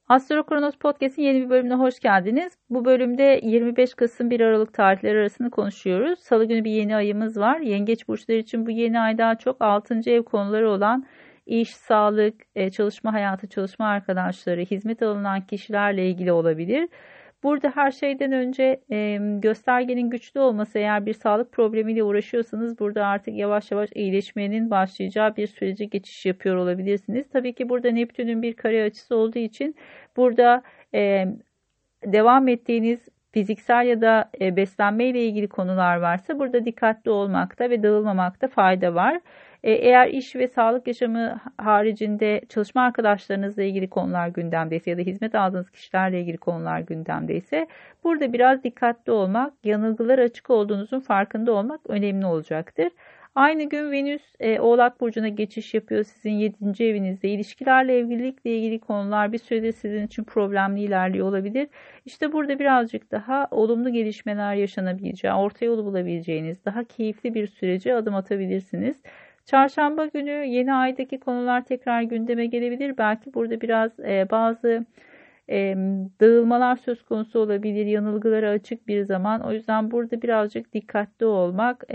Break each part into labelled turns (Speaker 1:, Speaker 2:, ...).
Speaker 1: Astro Kronos Podcast'in yeni bir bölümüne hoş geldiniz. Bu bölümde 25 Kasım 1 Aralık tarihleri arasını konuşuyoruz. Salı günü bir yeni ayımız var. Yengeç burçları için bu yeni ay daha çok 6. ev konuları olan iş, sağlık, çalışma hayatı, çalışma arkadaşları, hizmet alınan kişilerle ilgili olabilir. Burada her şeyden önce göstergenin güçlü olması, eğer bir sağlık problemiyle uğraşıyorsanız burada artık yavaş yavaş iyileşmenin başlayacağı bir sürece geçiş yapıyor olabilirsiniz. Tabii ki burada Neptün'ün bir kare açısı olduğu için burada e, devam ettiğiniz fiziksel ya da beslenme ile ilgili konular varsa burada dikkatli olmakta ve dağılmamakta fayda var. Eğer iş ve sağlık yaşamı haricinde çalışma arkadaşlarınızla ilgili konular gündemdeyse ya da hizmet aldığınız kişilerle ilgili konular gündemdeyse burada biraz dikkatli olmak, yanılgılara açık olduğunuzun farkında olmak önemli olacaktır. Aynı gün Venüs Oğlak Burcu'na geçiş yapıyor. Sizin 7. evinizde ilişkilerle, evlilikle ilgili konular bir süredir sizin için problemli ilerliyor olabilir. İşte burada birazcık daha olumlu gelişmeler yaşanabileceği, orta yolu bulabileceğiniz, daha keyifli bir sürece adım atabilirsiniz. Çarşamba günü yeni aydaki konular tekrar gündeme gelebilir. Belki burada biraz bazı dağılmalar söz konusu olabilir, yanılgılara açık bir zaman. O yüzden burada birazcık dikkatli olmak,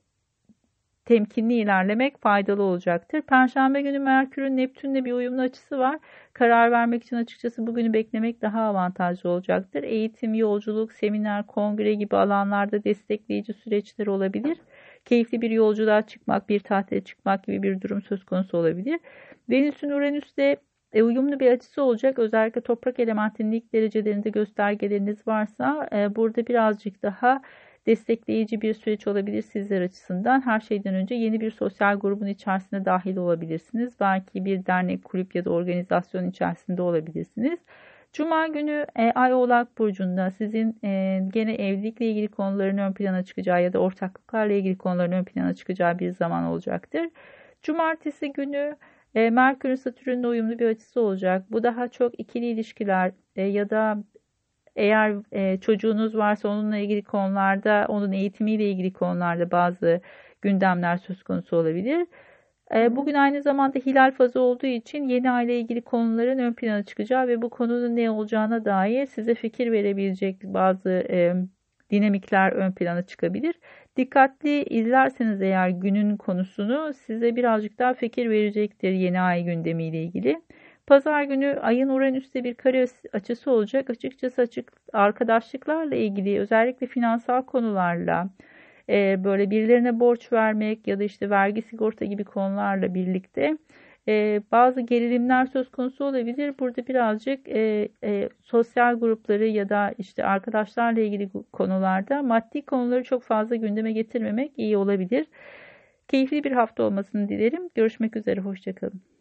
Speaker 1: temkinli ilerlemek faydalı olacaktır. Perşembe günü Merkür'ün Neptün'le bir uyumlu açısı var. Karar vermek için açıkçası bugünü beklemek daha avantajlı olacaktır. Eğitim, yolculuk, seminer, kongre gibi alanlarda destekleyici süreçler olabilir. Keyifli bir yolculuğa çıkmak, bir tatile çıkmak gibi bir durum söz konusu olabilir. Venüs'ün Uranüs'te uyumlu bir açısı olacak. Özellikle toprak elementinin ilk derecelerinde göstergeleriniz varsa burada birazcık daha destekleyici bir süreç olabilir sizler açısından. Her şeyden önce yeni bir sosyal grubun içerisine dahil olabilirsiniz. Belki bir dernek, kulüp ya da organizasyon içerisinde olabilirsiniz. Cuma günü Ay Oğlak Burcu'nda sizin gene evlilikle ilgili konuların ön plana çıkacağı ya da ortaklıklarla ilgili konuların ön plana çıkacağı bir zaman olacaktır. Cumartesi günü Merkür Satürn'le uyumlu bir açısı olacak. Bu daha çok ikili ilişkiler ya da eğer çocuğunuz varsa onunla ilgili konularda, onun eğitimiyle ilgili konularda bazı gündemler söz konusu olabilir. Bugün aynı zamanda hilal fazı olduğu için yeni aile ilgili konuların ön plana çıkacağı ve bu konunun ne olacağına dair size fikir verebilecek bazı dinamikler ön plana çıkabilir. Dikkatli izlerseniz eğer günün konusunu size birazcık daha fikir verecektir yeni ay gündemiyle ilgili. Pazar günü ayın Uranüs'te bir kare açısı olacak. Açıkçası arkadaşlıklarla ilgili, özellikle finansal konularla, böyle birilerine borç vermek ya da işte vergi sigorta gibi konularla birlikte bazı gerilimler söz konusu olabilir. Burada birazcık sosyal grupları ya da işte arkadaşlarla ilgili konularda maddi konuları çok fazla gündeme getirmemek iyi olabilir. Keyifli bir hafta olmasını dilerim. Görüşmek üzere, hoşça kalın.